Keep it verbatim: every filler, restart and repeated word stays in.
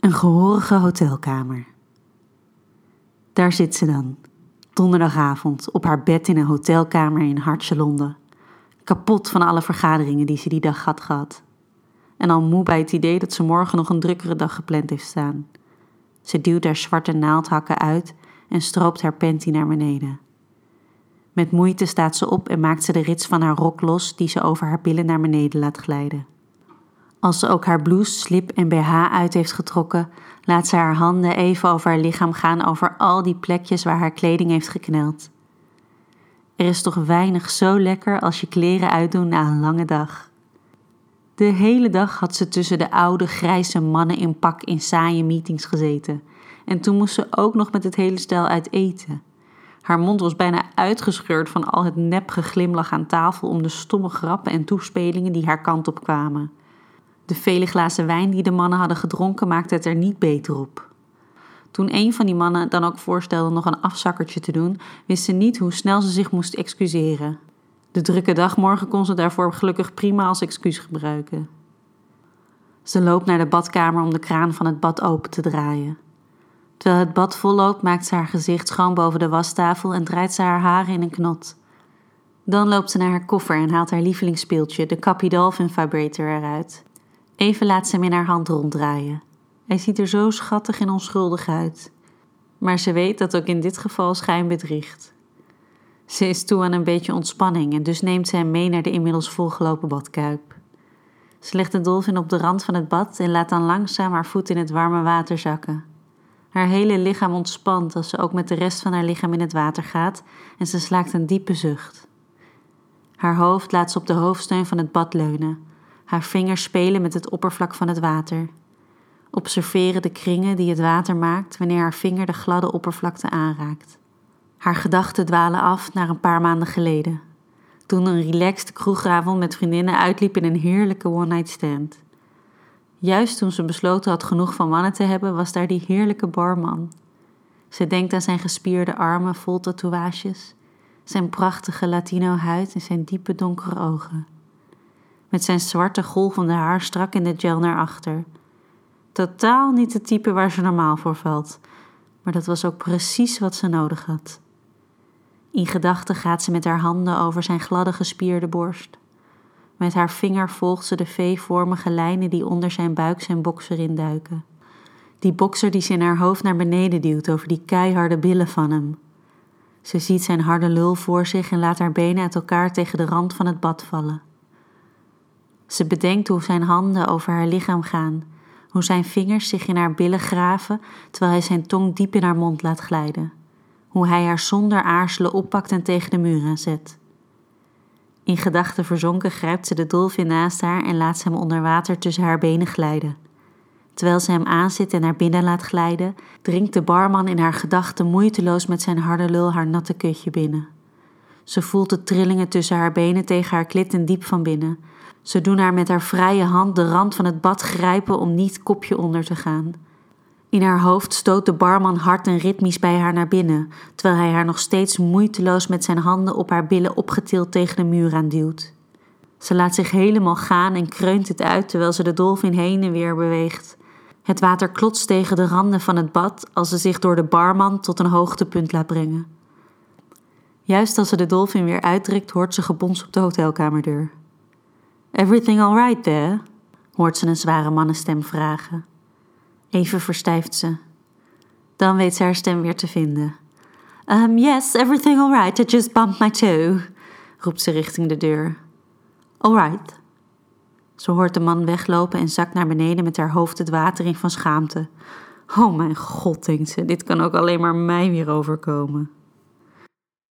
Een gehorige hotelkamer. Daar zit ze dan, donderdagavond, op haar bed in een hotelkamer in hartje Londen. Kapot van alle vergaderingen die ze die dag had gehad. En al moe bij het idee dat ze morgen nog een drukkere dag gepland heeft staan. Ze duwt haar zwarte naaldhakken uit en stroopt haar panty naar beneden. Met moeite staat ze op en maakt ze de rits van haar rok los die ze over haar billen naar beneden laat glijden. Als ze ook haar blouse, slip en B H uit heeft getrokken, laat ze haar handen even over haar lichaam gaan over al die plekjes waar haar kleding heeft gekneld. Er is toch weinig zo lekker als je kleren uitdoen na een lange dag. De hele dag had ze tussen de oude, grijze mannen in pak in saaie meetings gezeten. En toen moest ze ook nog met het hele stel uit eten. Haar mond was bijna uitgescheurd van al het nepgeglimlach aan tafel om de stomme grappen en toespelingen die haar kant op kwamen. De vele glazen wijn die de mannen hadden gedronken maakte het er niet beter op. Toen een van die mannen dan ook voorstelde nog een afzakkertje te doen, wist ze niet hoe snel ze zich moest excuseren. De drukke dag morgen kon ze daarvoor gelukkig prima als excuus gebruiken. Ze loopt naar de badkamer om de kraan van het bad open te draaien. Terwijl het bad volloopt, maakt ze haar gezicht schoon boven de wastafel en draait ze haar haren in een knot. Dan loopt ze naar haar koffer en haalt haar lievelingsspeeltje, de Cappy Dolphin Vibrator, eruit. Even laat ze hem in haar hand ronddraaien. Hij ziet er zo schattig en onschuldig uit. Maar ze weet dat ook in dit geval schijn bedriegt. Ze is toe aan een beetje ontspanning en dus neemt ze hem mee naar de inmiddels volgelopen badkuip. Ze legt de dolfin op de rand van het bad en laat dan langzaam haar voet in het warme water zakken. Haar hele lichaam ontspant als ze ook met de rest van haar lichaam in het water gaat en ze slaakt een diepe zucht. Haar hoofd laat ze op de hoofdsteun van het bad leunen. Haar vingers spelen met het oppervlak van het water. Observeren de kringen die het water maakt wanneer haar vinger de gladde oppervlakte aanraakt. Haar gedachten dwalen af naar een paar maanden geleden. Toen een relaxed kroegavond met vriendinnen uitliep in een heerlijke one-night stand. Juist toen ze besloten had genoeg van mannen te hebben, was daar die heerlijke barman. Ze denkt aan zijn gespierde armen vol tatoeages, zijn prachtige latino huid en zijn diepe donkere ogen. Met zijn zwarte golvende haar strak in de gel naar achter. Totaal niet het type waar ze normaal voor valt, maar dat was ook precies wat ze nodig had. In gedachten gaat ze met haar handen over zijn gladde gespierde borst. Met haar vinger volgt ze de V-vormige lijnen die onder zijn buik zijn bokser induiken. Die bokser die ze in haar hoofd naar beneden duwt over die keiharde billen van hem. Ze ziet zijn harde lul voor zich en laat haar benen uit elkaar tegen de rand van het bad vallen. Ze bedenkt hoe zijn handen over haar lichaam gaan, hoe zijn vingers zich in haar billen graven terwijl hij zijn tong diep in haar mond laat glijden. Hoe hij haar zonder aarzelen oppakt en tegen de muur aanzet. In gedachten verzonken grijpt ze de dolfin naast haar en laat ze hem onder water tussen haar benen glijden. Terwijl ze hem aanzit en naar binnen laat glijden, dringt de barman in haar gedachten moeiteloos met zijn harde lul haar natte kutje binnen. Ze voelt de trillingen tussen haar benen tegen haar klit en diep van binnen. Ze doen haar met haar vrije hand de rand van het bad grijpen om niet kopje onder te gaan. In haar hoofd stoot de barman hard en ritmisch bij haar naar binnen, terwijl hij haar nog steeds moeiteloos met zijn handen op haar billen opgetild tegen de muur aanduwt. Ze laat zich helemaal gaan en kreunt het uit terwijl ze de dolfin heen en weer beweegt. Het water klotst tegen de randen van het bad als ze zich door de barman tot een hoogtepunt laat brengen. Juist als ze de dolfin weer uitdrukt, hoort ze gebons op de hotelkamerdeur. "Everything all right there?" hoort ze een zware mannenstem vragen. Even verstijft ze. Dan weet ze haar stem weer te vinden. Um, yes, everything all right, I just bumped my toe, roept ze richting de deur. All right. Ze hoort de man weglopen en zakt naar beneden met haar hoofd het water in van schaamte. Oh mijn god, denkt ze, dit kan ook alleen maar mij weer overkomen.